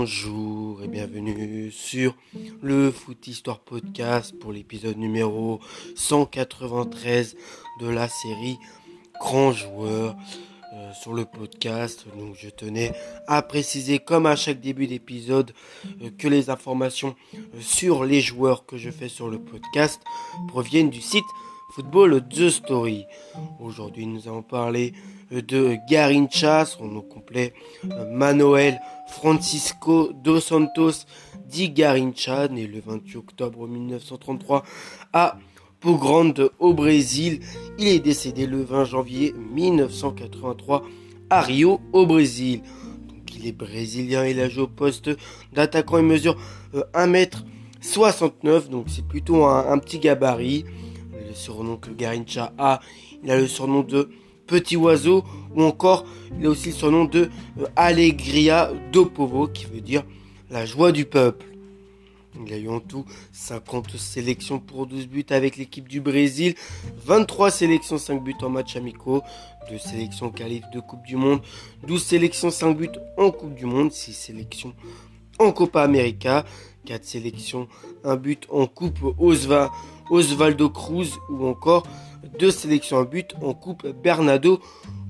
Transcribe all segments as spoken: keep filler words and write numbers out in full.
Bonjour et bienvenue sur le Foot Histoire Podcast pour l'épisode numéro cent quatre-vingt-treize de la série Grands Joueurs euh, sur le podcast. Donc je tenais à préciser comme à chaque début d'épisode euh, que les informations euh, sur les joueurs que je fais sur le podcast proviennent du site Football The Story. Aujourd'hui nous allons parler de Garrincha, son nom complet Manuel Francisco dos Santos Di Garrincha, né le vingt-huit octobre mille neuf cent trente-trois à Pau Grande au Brésil. Il est décédé le vingt janvier mille neuf cent quatre-vingt-trois à Rio au Brésil. Donc il est brésilien, il a joué au poste d'attaquant, il mesure euh, un mètre soixante-neuf, donc c'est plutôt un, un petit gabarit. Le surnom que Garrincha a, il a le surnom de Petit Oiseau, ou encore il a aussi le surnom de euh, Alegria do Povo, qui veut dire la joie du peuple. Il a eu en tout cinquante sélections pour douze buts avec l'équipe du Brésil, vingt-trois sélections, cinq buts en matchs amicaux, deux sélections qualif de Coupe du Monde, douze sélections, cinq buts en Coupe du Monde, six sélections en Copa América, quatre sélections, un but en Coupe Osva, Osvaldo Cruz, ou encore deux sélections, un but en Coupe Bernardo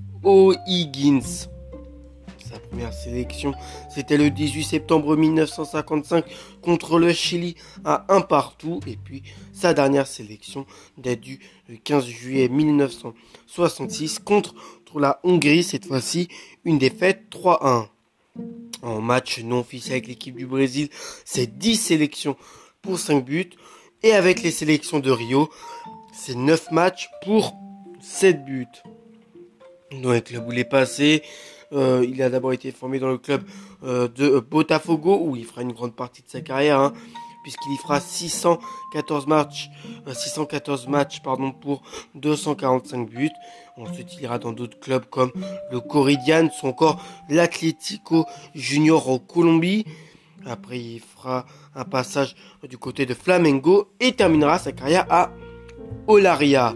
O'Higgins. Sa première sélection, c'était le dix-huit septembre mille neuf cent cinquante-cinq contre le Chili à un partout. Et puis sa dernière sélection date du quinze juillet mille neuf cent soixante-six contre, contre la Hongrie, cette fois-ci une défaite trois à un. En match non officiel avec l'équipe du Brésil, c'est dix sélections pour cinq buts. Et avec les sélections de Rio, c'est neuf matchs pour sept buts. Dans les clubs où il est passé, euh, il a d'abord été formé dans le club euh, de Botafogo, où il fera une grande partie de sa carrière, hein, puisqu'il y fera six cent quatorze matchs, euh, six cent quatorze matchs pardon, pour deux cent quarante-cinq buts. Ensuite, il ira dans d'autres clubs comme le Corinthians ou encore l'Atlético Junior en Colombie. Après, il fera un passage du côté de Flamengo et terminera sa carrière à Olaria.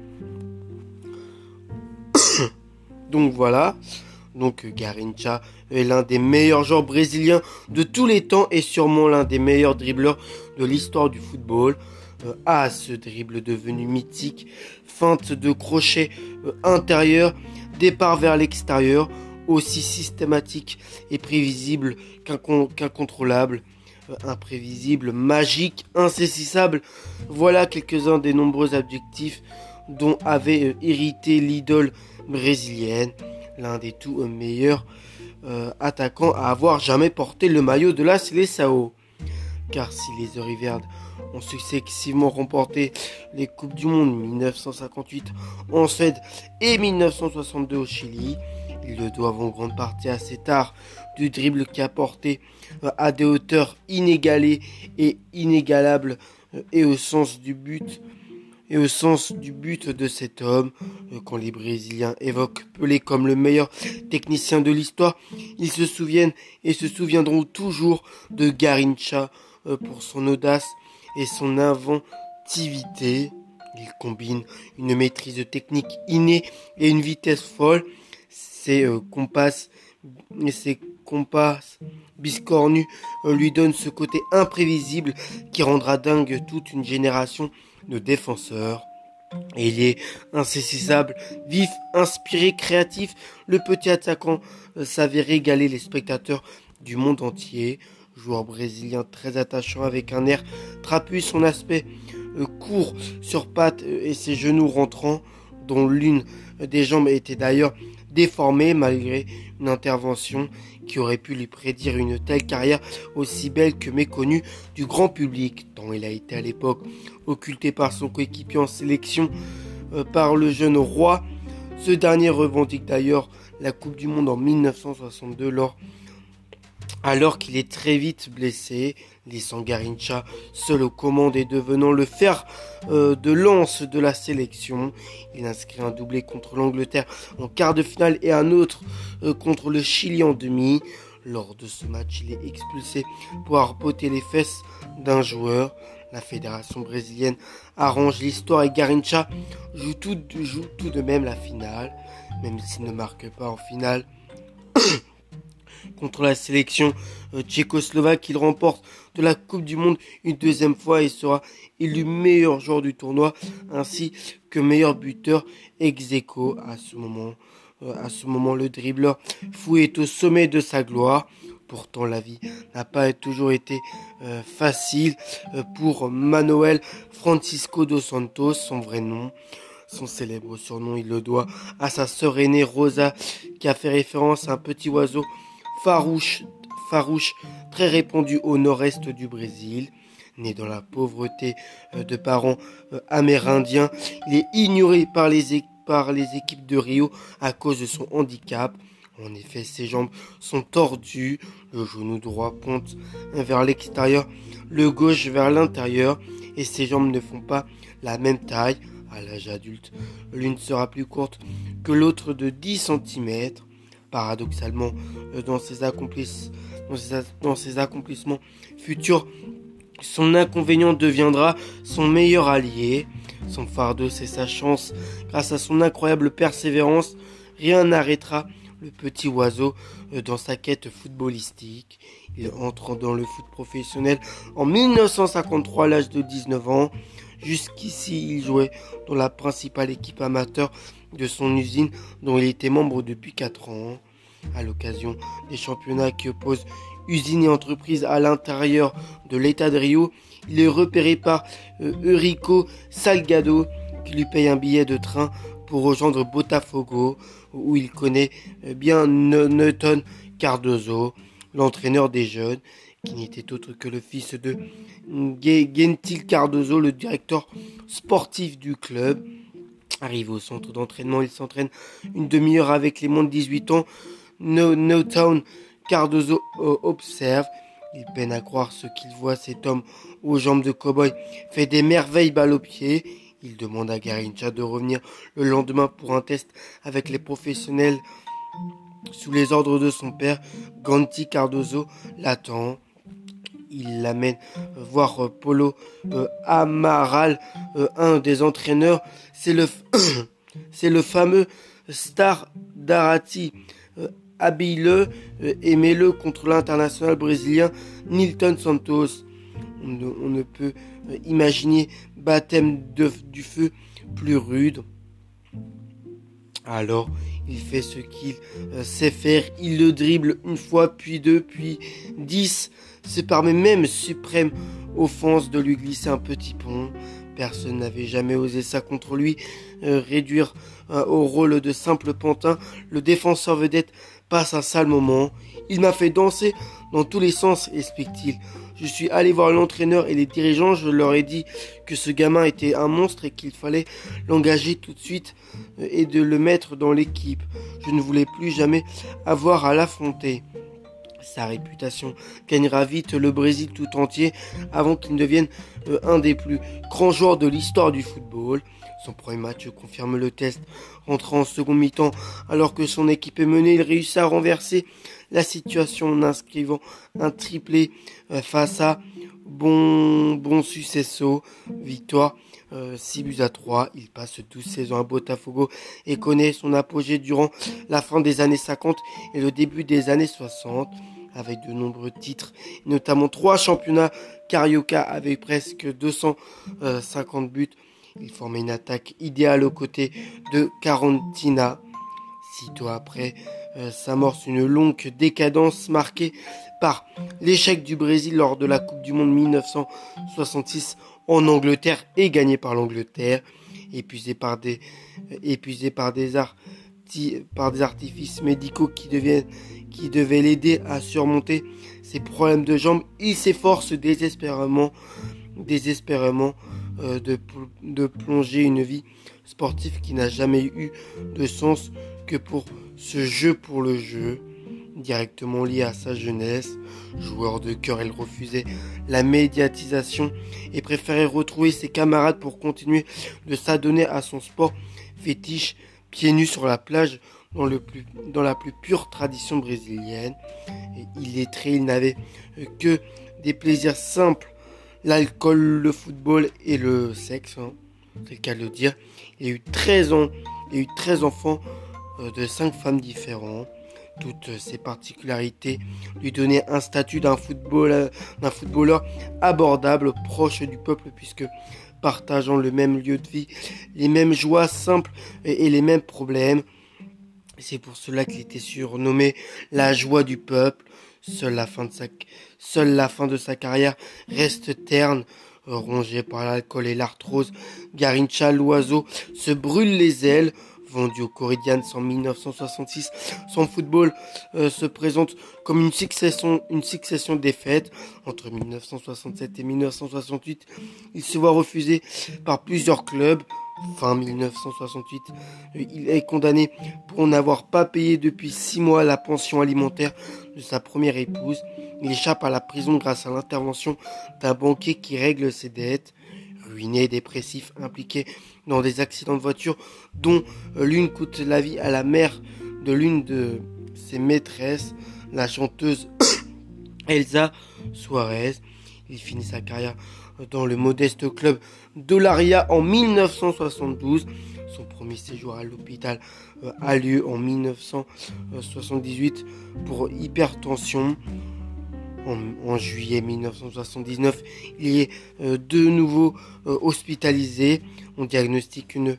Donc voilà. Donc Garrincha est l'un des meilleurs joueurs brésiliens de tous les temps et sûrement l'un des meilleurs dribbleurs de l'histoire du football. Euh, ah, ce dribble devenu mythique, feinte de crochet euh, intérieur, départ vers l'extérieur, aussi systématique et prévisible qu'incon- qu'incontrôlable, euh, imprévisible, magique, insaisissable. Voilà quelques-uns des nombreux adjectifs dont avait euh, hérité l'idole brésilienne, l'un des tout euh, meilleurs euh, attaquants à avoir jamais porté le maillot de la Seleção. Car si les Oriverdes ont successivement remporté les Coupes du Monde mille neuf cent cinquante-huit en Suède et mille neuf cent soixante-deux au Chili, ils le doivent en grande partie à cet art du dribble qui a porté euh, à des hauteurs inégalées et inégalables euh, et au sens du but et au sens du but de cet homme. Euh, quand les Brésiliens évoquent Pelé comme le meilleur technicien de l'histoire, ils se souviennent et se souviendront toujours de Garrincha euh, pour son audace et son inventivité. Il combine une maîtrise technique innée et une vitesse folle. Ses euh, compasses et ses compasses biscornus euh, lui donnent ce côté imprévisible qui rendra dingue toute une génération de défenseurs. Et il est insaisissable, vif, inspiré, créatif. Le petit attaquant euh, savait régaler les spectateurs du monde entier. Joueur brésilien très attachant avec un air trapu, son aspect euh, court sur pattes euh, et ses genoux rentrants, dont l'une des jambes était d'ailleurs déformée malgré une intervention qui aurait pu lui prédire une telle carrière aussi belle que méconnue du grand public, tant il a été à l'époque occulté par son coéquipier en sélection euh, par le jeune roi. Ce dernier revendique d'ailleurs la Coupe du Monde en mille neuf cent soixante-deux lors alors qu'il est très vite blessé, laissant Garrincha seul aux commandes et devenant le fer euh, de lance de la sélection. Il inscrit un doublé contre l'Angleterre en quart de finale et un autre euh, contre le Chili en demi. Lors de ce match, il est expulsé pour avoir botté les fesses d'un joueur. La fédération brésilienne arrange l'histoire et Garrincha joue tout, joue tout de même la finale, même s'il ne marque pas en finale. contre la sélection euh, tchécoslovaque. Il remporte de la Coupe du Monde une deuxième fois et sera élu meilleur joueur du tournoi ainsi que meilleur buteur ex aequo. À ce moment, euh, à ce moment, le dribbleur fou est au sommet de sa gloire. Pourtant, la vie n'a pas toujours été euh, facile euh, pour Manuel Francisco dos Santos, son vrai nom. Son célèbre surnom, il le doit à sa sœur aînée Rosa, qui a fait référence à un petit oiseau farouche, farouche très répandu au nord-est du Brésil. Né dans la pauvreté euh, de parents euh, amérindiens, il est ignoré par les, é- par les équipes de Rio à cause de son handicap. En effet, ses jambes sont tordues, le genou droit pointe vers l'extérieur, le gauche vers l'intérieur, et ses jambes ne font pas la même taille. À l'âge adulte, l'une sera plus courte que l'autre de dix centimètres. Paradoxalement, dans ses, accomplis- dans ses, dans ses accomplissements futurs, son inconvénient deviendra son meilleur allié. Son fardeau, c'est sa chance. Grâce à son incroyable persévérance, rien n'arrêtera le petit oiseau dans sa quête footballistique. Il entre dans le foot professionnel en dix-neuf cent cinquante-trois à l'âge de dix-neuf ans. Jusqu'ici, il jouait dans la principale équipe amateur de son usine dont il était membre depuis quatre ans. À l'occasion des championnats qui opposent usines et entreprises à l'intérieur de l'état de Rio, il est repéré par euh, Eurico Salgado qui lui paye un billet de train pour rejoindre Botafogo où il connaît euh, bien Newton Cardoso, l'entraîneur des jeunes, qui n'était autre que le fils de Gentil Cardoso, le directeur sportif du club. Arrivé au centre d'entraînement, il s'entraîne une demi-heure avec les moins de dix-huit ans. No, no Town Cardoso euh, observe. Il peine à croire ce qu'il voit. Cet homme aux jambes de cow-boy fait des merveilles balle au pied. Il demande à Garrincha de revenir le lendemain pour un test avec les professionnels. Sous les ordres de son père, Ganti Cardoso l'attend. Il l'amène voir Paulo euh, Amaral, euh, un des entraîneurs. C'est le, c'est le fameux Star d'Arati. Euh, Habille-le, euh, aimez-le contre l'international brésilien Nilton Santos. On ne, on ne peut euh, imaginer baptême de, du feu plus rude. Alors, il fait ce qu'il euh, sait faire. Il le dribble une fois, puis deux, puis dix. Se permet même suprême offense de lui glisser un petit pont. Personne n'avait jamais osé ça contre lui. Euh, réduire euh, au rôle de simple pantin, le défenseur vedette passe un sale moment. Il m'a fait danser dans tous les sens, explique-t-il. Je suis allé voir l'entraîneur et les dirigeants, je leur ai dit que ce gamin était un monstre et qu'il fallait l'engager tout de suite et de le mettre dans l'équipe. Je ne voulais plus jamais avoir à l'affronter. Sa réputation gagnera vite le Brésil tout entier avant qu'il ne devienne un des plus grands joueurs de l'histoire du football. Son premier match confirme le test. Rentrant en second mi-temps alors que son équipe est menée, il réussit à renverser la situation en inscrivant un triplé face à Bon, bon Sucesso. Victoire euh, six buts à trois. Il passe douze saisons à Botafogo et connaît son apogée durant la fin des années cinquante et le début des années soixante. Avec de nombreux titres, notamment trois championnats Carioca avec presque deux cent cinquante buts. Il formait une attaque idéale aux côtés de Quarantina. Sitôt après, euh, s'amorce une longue décadence marquée par l'échec du Brésil lors de la Coupe du Monde dix-neuf cent soixante-six en Angleterre et gagné par l'Angleterre. Épuisé par des, euh, épuisé par des, arti, par des artifices médicaux qui, deviennent, qui devaient l'aider à surmonter ses problèmes de jambes, il s'efforce désespérément, désespérément euh, de, de plonger une vie sportive qui n'a jamais eu de sens que pour ce jeu pour le jeu, directement lié à sa jeunesse. Joueur de cœur, il refusait la médiatisation et préférait retrouver ses camarades pour continuer de s'adonner à son sport fétiche, pieds nus sur la plage, dans, le plus, dans la plus pure tradition brésilienne. Et illettré, il n'avait que des plaisirs simples, l'alcool, le football et le sexe, hein, c'est le cas de le dire. Il a eu treize ans, il a eu treize enfants de cinq femmes différentes. Toutes ces particularités lui donnaient un statut d'un footballeur, d'un footballeur abordable, proche du peuple, puisque partageant le même lieu de vie, les mêmes joies simples et, et les mêmes problèmes. C'est pour cela qu'il était surnommé la joie du peuple. Seule la fin de sa, seule la fin de sa carrière reste terne. Rongé par l'alcool et l'arthrose, Garrincha, l'oiseau, se brûle les ailes. Vendu aux Corinthians en dix-neuf cent soixante-six, son football euh, se présente comme une succession, une succession de défaites. Entre dix-neuf cent soixante-sept et dix-neuf cent soixante-huit, il se voit refusé par plusieurs clubs. Fin dix-neuf cent soixante-huit, il est condamné pour n'avoir pas payé depuis six mois la pension alimentaire de sa première épouse. Il échappe à la prison grâce à l'intervention d'un banquier qui règle ses dettes. Ruiné, dépressif, impliqué dans des accidents de voiture dont l'une coûte la vie à la mère de l'une de ses maîtresses, la chanteuse Elsa Suarez. Il finit sa carrière dans le modeste club d'Olaria en dix-neuf cent soixante-douze. Son premier séjour à l'hôpital a lieu en dix-neuf cent soixante-dix-huit pour hypertension. En, en juillet dix-neuf cent soixante-dix-neuf, il est euh, de nouveau euh, hospitalisé. On diagnostique une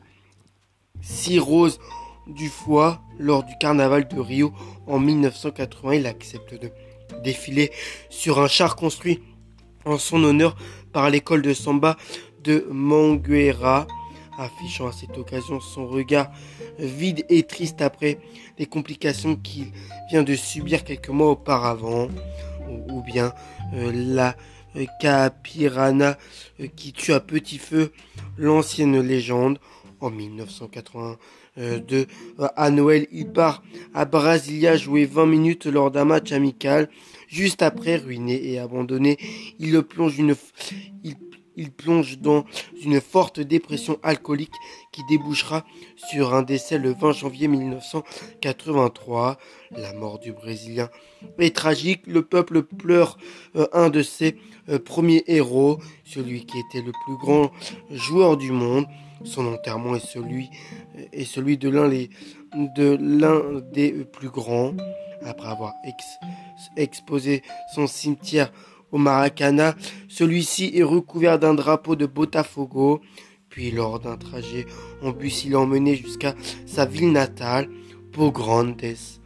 cirrhose du foie lors du carnaval de Rio en dix-neuf cent quatre-vingts. Il accepte de défiler sur un char construit en son honneur par l'école de samba de Mangueira, affichant à cette occasion son regard vide et triste après les complications qu'il vient de subir quelques mois auparavant. Ou bien euh, la euh, Capirana euh, qui tue à petit feu l'ancienne légende. En dix-neuf cent quatre-vingt-deux, euh, à Noël, il part à Brasilia jouer vingt minutes lors d'un match amical. Juste après, ruiné et abandonné, il le plonge une, il, il plonge dans une forte dépression alcoolique qui débouchera sur un décès le vingt janvier dix-neuf cent quatre-vingt-trois. La mort du Brésilien est tragique. Le peuple pleure euh, un de ses euh, premiers héros, celui qui était le plus grand joueur du monde. Son enterrement est celui, est celui de l'un les, de l'un des plus grands. Après avoir ex, exposé son cimetière au Maracana, celui-ci est recouvert d'un drapeau de Botafogo. Puis lors d'un trajet en bus, il est emmené jusqu'à sa ville natale, Pograndes.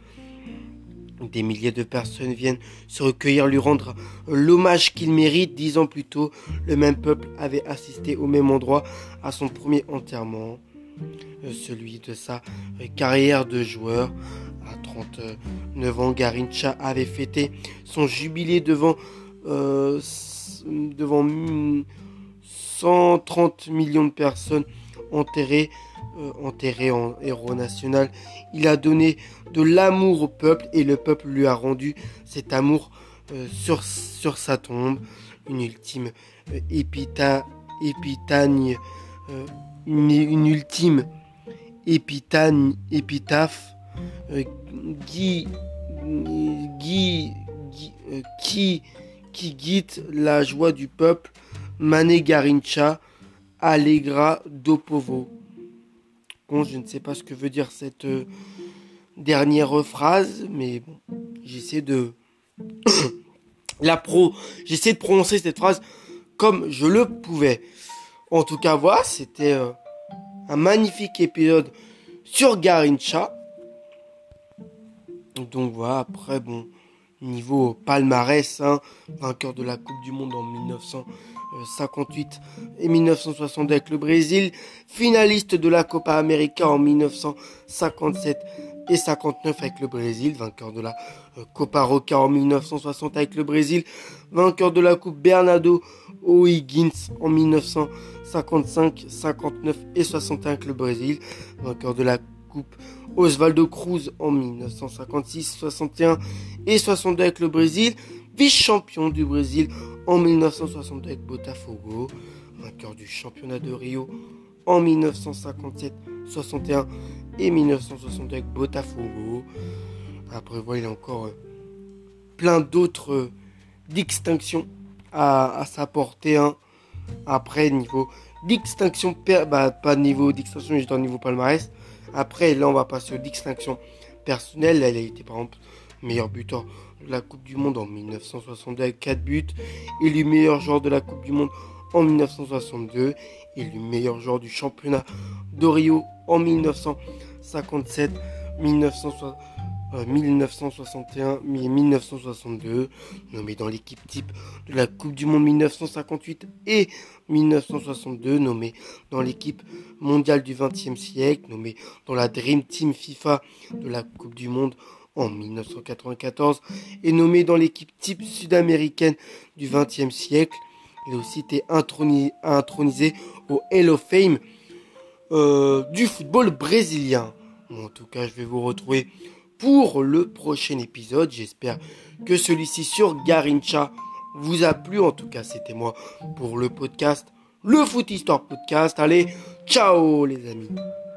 Des milliers de personnes viennent se recueillir, lui rendre l'hommage qu'il mérite. Dix ans plus tôt, le même peuple avait assisté au même endroit à son premier enterrement, celui de sa carrière de joueur. À trente-neuf ans, Garrincha avait fêté son jubilé devant, euh, devant cent trente millions de personnes enterrées, euh, enterrées en héros national. Il a donné de l'amour au peuple et le peuple lui a rendu cet amour euh, sur, sur sa tombe. Une ultime euh, épita, épitagne, euh, une, une ultime épitagne, épitaphe euh, qui, qui, qui, euh, qui, qui guide la joie du peuple. Mané Garrincha, Allegra do Povo. Bon, je ne sais pas ce que veut dire cette euh, dernière phrase, mais bon, j'essaie de la pro, j'essaie de prononcer cette phrase comme je le pouvais. En tout cas, voilà, c'était euh, un magnifique épisode sur Garrincha. Donc voilà, après, bon, niveau palmarès, hein, vainqueur de la Coupe du Monde en dix-neuf cent cinquante-huit et dix-neuf cent soixante avec le Brésil, finaliste de la Copa América en dix-neuf cent cinquante-sept et cinquante-neuf avec le Brésil, vainqueur de la Copa Roca en dix-neuf cent soixante avec le Brésil, vainqueur de la Coupe Bernardo O'Higgins en dix-neuf cent cinquante-cinq, cinquante-neuf et soixante et un avec le Brésil, vainqueur de la Coupe Osvaldo Cruz en dix-neuf cent cinquante-six, soixante et un et soixante-deux avec le Brésil, vice-champion du Brésil en dix-neuf cent soixante-deux avec Botafogo, vainqueur du championnat de Rio en dix-neuf cent cinquante-sept, soixante et un et dix-neuf cent soixante-deux avec Botafogo. Après voilà, il y a encore euh, plein d'autres euh, distinctions à, à sa portée. Hein. Après, niveau distinction, per- bah, pas niveau distinction, juste au niveau palmarès. Après, là, on va passer aux distinctions personnel. Elle a été par exemple meilleur buteur de la Coupe du Monde en dix-neuf cent soixante-deux avec quatre buts, élu meilleur joueur de la Coupe du Monde en dix-neuf cent soixante-deux, élu meilleur joueur du championnat de Rio en dix-neuf cent cinquante-sept, dix-neuf cent soixante et un et dix-neuf cent soixante-deux, nommé dans l'équipe type de la Coupe du Monde dix-neuf cent cinquante-huit et dix-neuf cent soixante-deux, nommé dans l'équipe mondiale du vingtième siècle, nommé dans la Dream Team FIFA de la Coupe du Monde en dix-neuf cent quatre-vingt-quatorze et nommé dans l'équipe type sud-américaine du vingtième siècle. Il a aussi été intronisé, intronisé au Hall of Fame euh, du football brésilien. Bon, en tout cas, je vais vous retrouver pour le prochain épisode. J'espère que celui-ci sur Garrincha vous a plu. En tout cas, c'était moi pour le podcast, le Foot Histoire Podcast. Allez, ciao les amis.